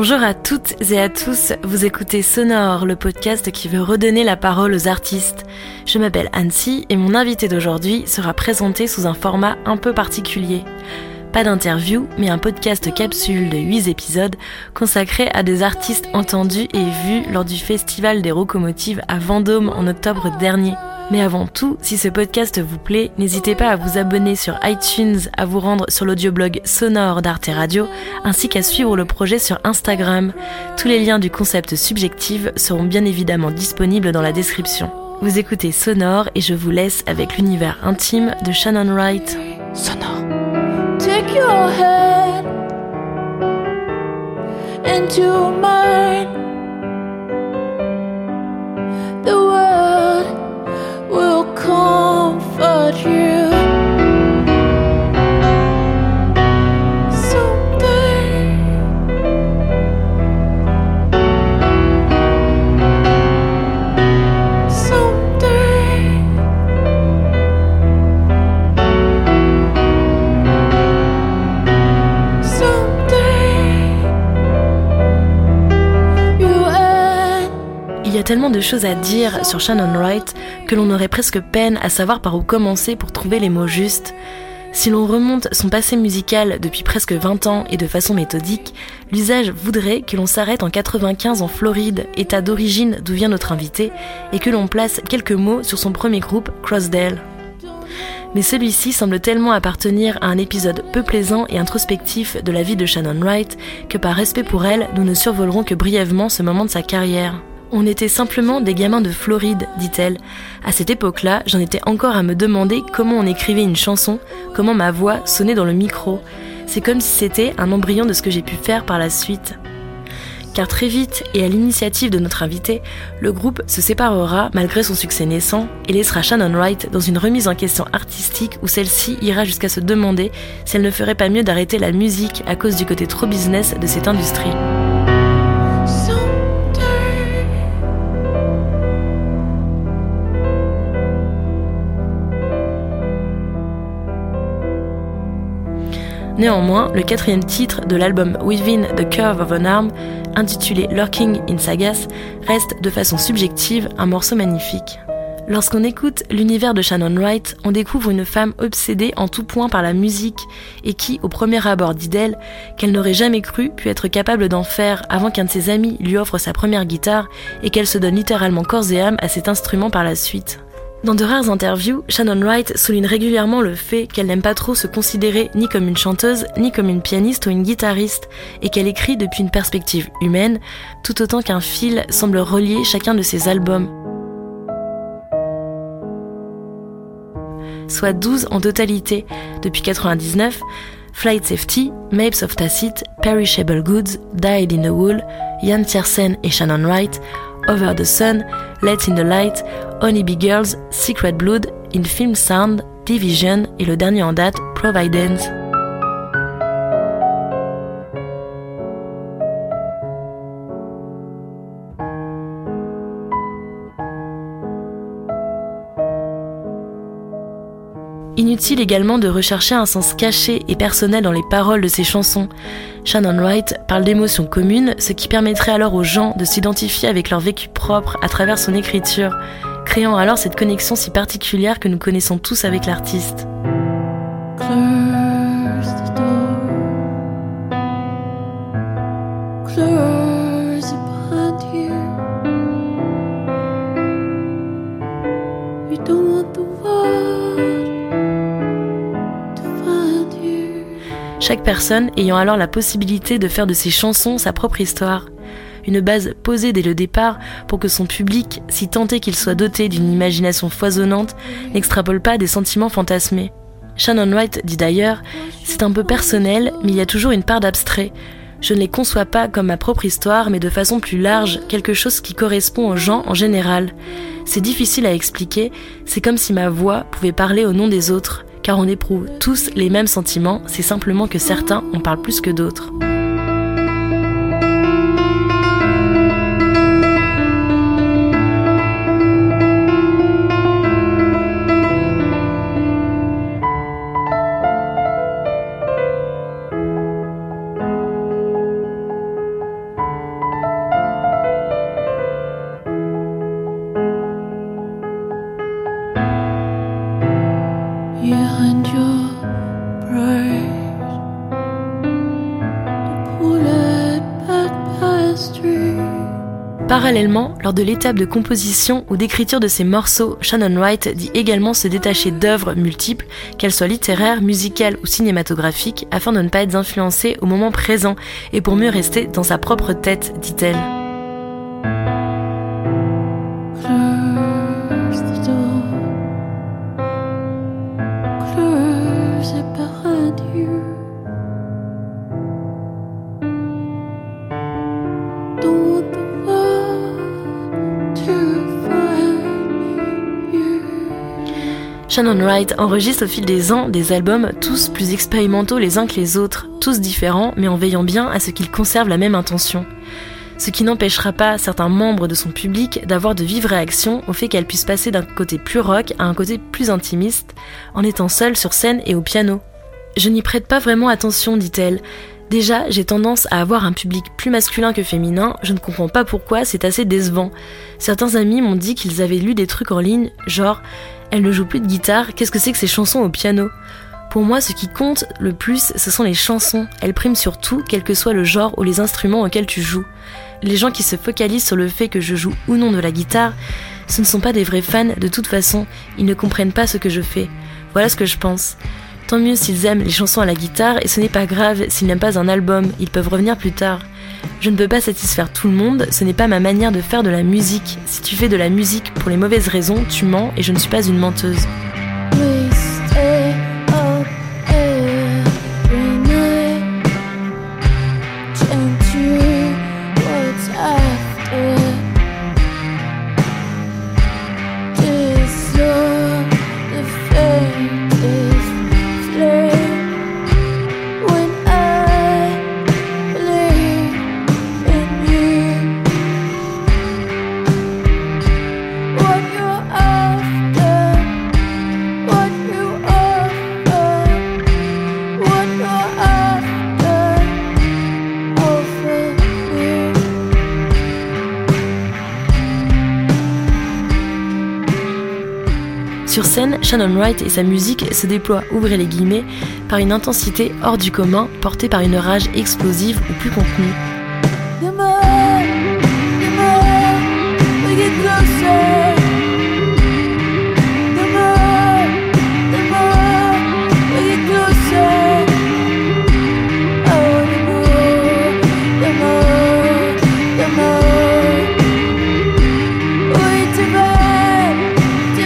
Bonjour à toutes et à tous, vous écoutez Sonore, le podcast qui veut redonner la parole aux artistes. Je m'appelle Annecy et mon invité d'aujourd'hui sera présenté sous un format un peu particulier. Pas d'interview, mais un podcast capsule de 8 épisodes consacré à des artistes entendus et vus lors du Festival des Rocomotives à Vendôme en octobre dernier. Mais avant tout, si ce podcast vous plaît, n'hésitez pas à vous abonner sur iTunes, à vous rendre sur l'audioblog Sonore d'Arte Radio, ainsi qu'à suivre le projet sur Instagram. Tous les liens du concept Subjective seront bien évidemment disponibles dans la description. Vous écoutez Sonore et je vous laisse avec l'univers intime de Shannon Wright. Sonore. Take your head into mine. The world will comfort you. Someday. Someday. Il y a tellement de choses à dire sur Shannon Wright que l'on aurait presque peine à savoir par où commencer pour trouver les mots justes. Si l'on remonte son passé musical depuis presque 20 ans et de façon méthodique, l'usage voudrait que l'on s'arrête en 95 en Floride, état d'origine d'où vient notre invité, et que l'on place quelques mots sur son premier groupe, Crossdale. Mais celui-ci semble tellement appartenir à un épisode peu plaisant et introspectif de la vie de Shannon Wright que par respect pour elle, nous ne survolerons que brièvement ce moment de sa carrière. On était simplement des gamins de Floride, dit-elle. À cette époque-là, j'en étais encore à me demander comment on écrivait une chanson, comment ma voix sonnait dans le micro. C'est comme si c'était un embryon de ce que j'ai pu faire par la suite. Car très vite, et à l'initiative de notre invité, le groupe se séparera malgré son succès naissant et laissera Shannon Wright dans une remise en question artistique où celle-ci ira jusqu'à se demander si elle ne ferait pas mieux d'arrêter la musique à cause du côté trop business de cette industrie. Néanmoins, le 4e titre de l'album Within the Curve of an Arm, intitulé Lurking in Sagas, reste de façon subjective un morceau magnifique. Lorsqu'on écoute l'univers de Shannon Wright, on découvre une femme obsédée en tout point par la musique et qui, au premier abord, dit d'elle qu'elle n'aurait jamais cru pu être capable d'en faire avant qu'un de ses amis lui offre sa première guitare et qu'elle se donne littéralement corps et âme à cet instrument par la suite. Dans de rares interviews, Shannon Wright souligne régulièrement le fait qu'elle n'aime pas trop se considérer ni comme une chanteuse, ni comme une pianiste ou une guitariste, et qu'elle écrit depuis une perspective humaine, tout autant qu'un fil semble relier chacun de ses albums. Soit 12 en totalité, depuis 99, Flight Safety, Mapes of Tacit, Perishable Goods, Died in the Wool, Jan Tiersen et Shannon Wright, Over the Sun, Let in the Light, Honeybee Girls, Secret Blood, In Film Sound, Division et le dernier en date, Providence. Inutile également de rechercher un sens caché et personnel dans les paroles de ses chansons. Shannon Wright parle d'émotions communes, ce qui permettrait alors aux gens de s'identifier avec leur vécu propre à travers son écriture, créant alors cette connexion si particulière que nous connaissons tous avec l'artiste. Close the door. Close it behind you. You don't want the world to find you. Chaque personne ayant alors la possibilité de faire de ses chansons sa propre histoire. Une base posée dès le départ pour que son public, si tant est qu'il soit doté d'une imagination foisonnante, n'extrapole pas des sentiments fantasmés. Shannon Wright dit d'ailleurs « C'est un peu personnel, mais il y a toujours une part d'abstrait. Je ne les conçois pas comme ma propre histoire, mais de façon plus large, quelque chose qui correspond aux gens en général. C'est difficile à expliquer, c'est comme si ma voix pouvait parler au nom des autres, car on éprouve tous les mêmes sentiments, c'est simplement que certains en parlent plus que d'autres. » Parallèlement, lors de l'étape de composition ou d'écriture de ses morceaux, Shannon Wright dit également se détacher d'œuvres multiples, qu'elles soient littéraires, musicales ou cinématographiques, afin de ne pas être influencée au moment présent et pour mieux rester dans sa propre tête, dit-elle. Close the door. Close it behind you. Don't want the world to find you. Shannon Wright enregistre au fil des ans des albums tous plus expérimentaux les uns que les autres, tous différents mais en veillant bien à ce qu'ils conservent la même intention. Ce qui n'empêchera pas certains membres de son public d'avoir de vives réactions au fait qu'elle puisse passer d'un côté plus rock à un côté plus intimiste, en étant seule sur scène et au piano. Je n'y prête pas vraiment attention, dit-elle. Déjà, j'ai tendance à avoir un public plus masculin que féminin, je ne comprends pas pourquoi, c'est assez décevant. Certains amis m'ont dit qu'ils avaient lu des trucs en ligne, genre « Elle ne joue plus de guitare, qu'est-ce que c'est que ces chansons au piano ?» Pour moi, ce qui compte le plus, ce sont les chansons. Elles priment sur tout, quel que soit le genre ou les instruments auxquels tu joues. Les gens qui se focalisent sur le fait que je joue ou non de la guitare, ce ne sont pas des vrais fans de toute façon, ils ne comprennent pas ce que je fais. Voilà ce que je pense. Tant mieux s'ils aiment les chansons à la guitare, et ce n'est pas grave s'ils n'aiment pas un album, ils peuvent revenir plus tard. Je ne peux pas satisfaire tout le monde, ce n'est pas ma manière de faire de la musique. Si tu fais de la musique pour les mauvaises raisons, tu mens et je ne suis pas une menteuse. We stay up every night, into what's after. Dissolve the faintest flame when I believe in you. What you're after, what you offer, what you're after, offer me. Sur scène, Shannon Wright et sa musique se déploient, ouvrez les guillemets, par une intensité hors du commun, portée par une rage explosive ou plus contenue. The more we get closer, the more we get closer. I wanna know, the more we divide.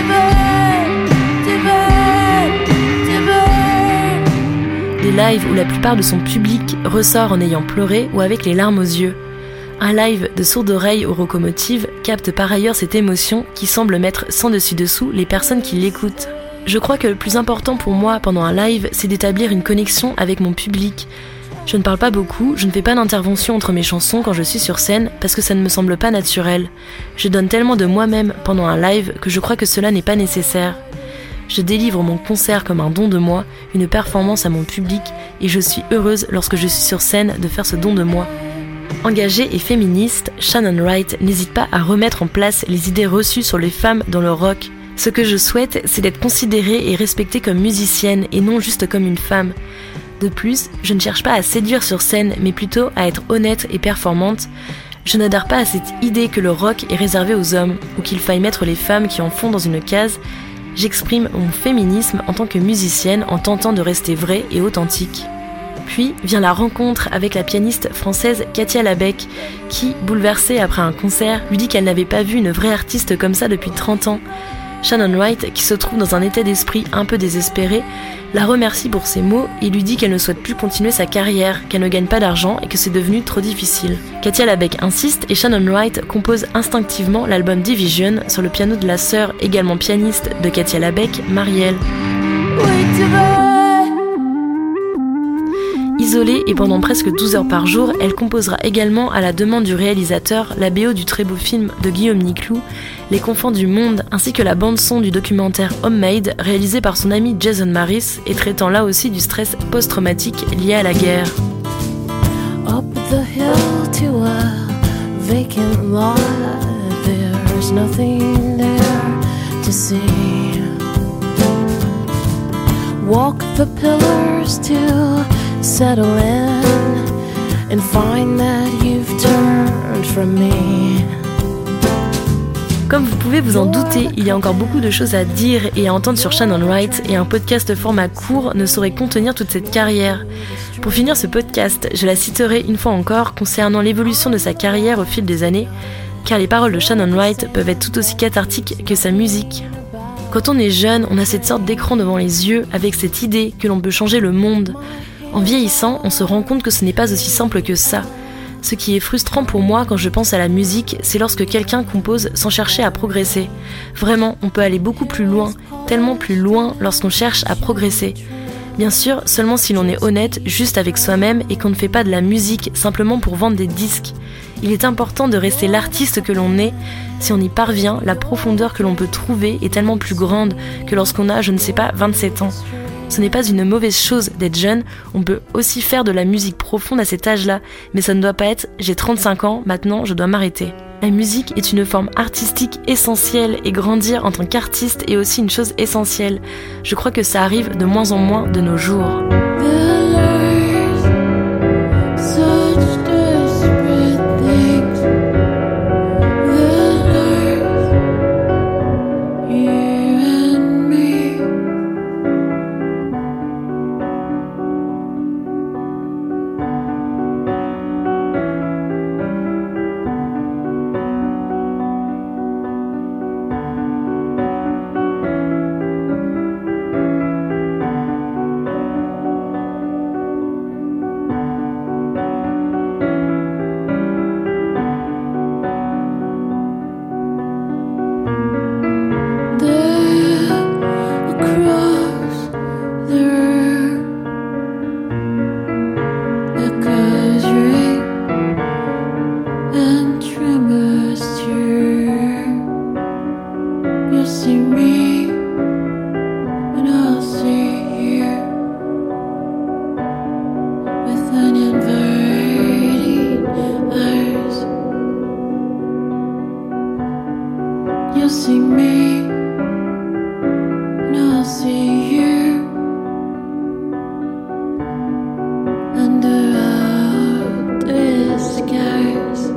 Des lives où la plupart de son public ressort en ayant pleuré ou avec les larmes aux yeux. Un live de sourde oreille aux locomotives capte par ailleurs cette émotion qui semble mettre sans dessus-dessous les personnes qui l'écoutent. Je crois que le plus important pour moi pendant un live, c'est d'établir une connexion avec mon public. Je ne parle pas beaucoup, je ne fais pas d'intervention entre mes chansons quand je suis sur scène parce que ça ne me semble pas naturel. Je donne tellement de moi-même pendant un live que je crois que cela n'est pas nécessaire. Je délivre mon concert comme un don de moi, une performance à mon public, et je suis heureuse lorsque je suis sur scène de faire ce don de moi. Engagée et féministe, Shannon Wright n'hésite pas à remettre en place les idées reçues sur les femmes dans le rock. Ce que je souhaite, c'est d'être considérée et respectée comme musicienne et non juste comme une femme. De plus, je ne cherche pas à séduire sur scène, mais plutôt à être honnête et performante. Je n'adhère pas à cette idée que le rock est réservé aux hommes, ou qu'il faille mettre les femmes qui en font dans une case. J'exprime mon féminisme en tant que musicienne en tentant de rester vraie et authentique. Puis vient la rencontre avec la pianiste française Katia Labec, qui, bouleversée après un concert, lui dit qu'elle n'avait pas vu une vraie artiste comme ça depuis 30 ans. Shannon Wright, qui se trouve dans un état d'esprit un peu désespéré, la remercie pour ses mots et lui dit qu'elle ne souhaite plus continuer sa carrière, qu'elle ne gagne pas d'argent et que c'est devenu trop difficile. Katia Labec insiste et Shannon Wright compose instinctivement l'album Division sur le piano de la sœur, également pianiste de Katia Labec, Marielle. Isolée et pendant presque 12 heures par jour, elle composera également à la demande du réalisateur la BO du très beau film de Guillaume Niclou, Les Confins du Monde, ainsi que la bande-son du documentaire Homemade, réalisé par son ami Jason Maris et traitant là aussi du stress post-traumatique lié à la guerre. Up the hill to a vacant lot, there's nothing there to see. Walk the pillars to settle in and find that you've turned from me. Comme vous pouvez vous en douter, il y a encore beaucoup de choses à dire et à entendre sur Shannon Wright, et un podcast format court ne saurait contenir toute cette carrière. Pour finir ce podcast, je la citerai une fois encore concernant l'évolution de sa carrière au fil des années, car les paroles de Shannon Wright peuvent être tout aussi cathartiques que sa musique. Quand on est jeune, on a cette sorte d'écran devant les yeux avec cette idée que l'on peut changer le monde. En vieillissant, on se rend compte que ce n'est pas aussi simple que ça. Ce qui est frustrant pour moi quand je pense à la musique, c'est lorsque quelqu'un compose sans chercher à progresser. Vraiment, on peut aller beaucoup plus loin, tellement plus loin lorsqu'on cherche à progresser. Bien sûr, seulement si l'on est honnête, juste avec soi-même et qu'on ne fait pas de la musique simplement pour vendre des disques. Il est important de rester l'artiste que l'on est. Si on y parvient, la profondeur que l'on peut trouver est tellement plus grande que lorsqu'on a, 27 ans. Ce n'est pas une mauvaise chose d'être jeune, on peut aussi faire de la musique profonde à cet âge-là, mais ça ne doit pas être « j'ai 35 ans, maintenant je dois m'arrêter ». La musique est une forme artistique essentielle et grandir en tant qu'artiste est aussi une chose essentielle. Je crois que ça arrive de moins en moins de nos jours. You'll see me, and I'll see you under our disguise.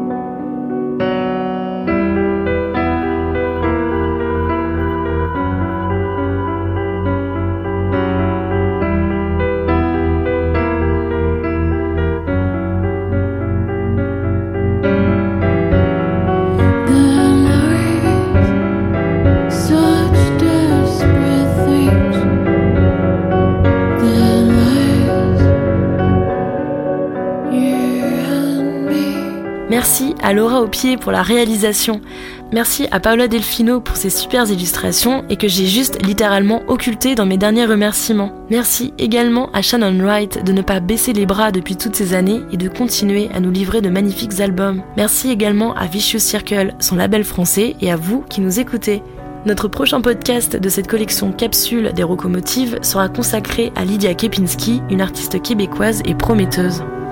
Merci à Laura Aupier pour la réalisation. Merci à Paola Delfino pour ses super illustrations et que j'ai juste littéralement occultées dans mes derniers remerciements. Merci également à Shannon Wright de ne pas baisser les bras depuis toutes ces années et de continuer à nous livrer de magnifiques albums. Merci également à Vicious Circle, son label français, et à vous qui nous écoutez. Notre prochain podcast de cette collection Capsule des Rocomotives sera consacré à Lydia Kepinski, une artiste québécoise et prometteuse.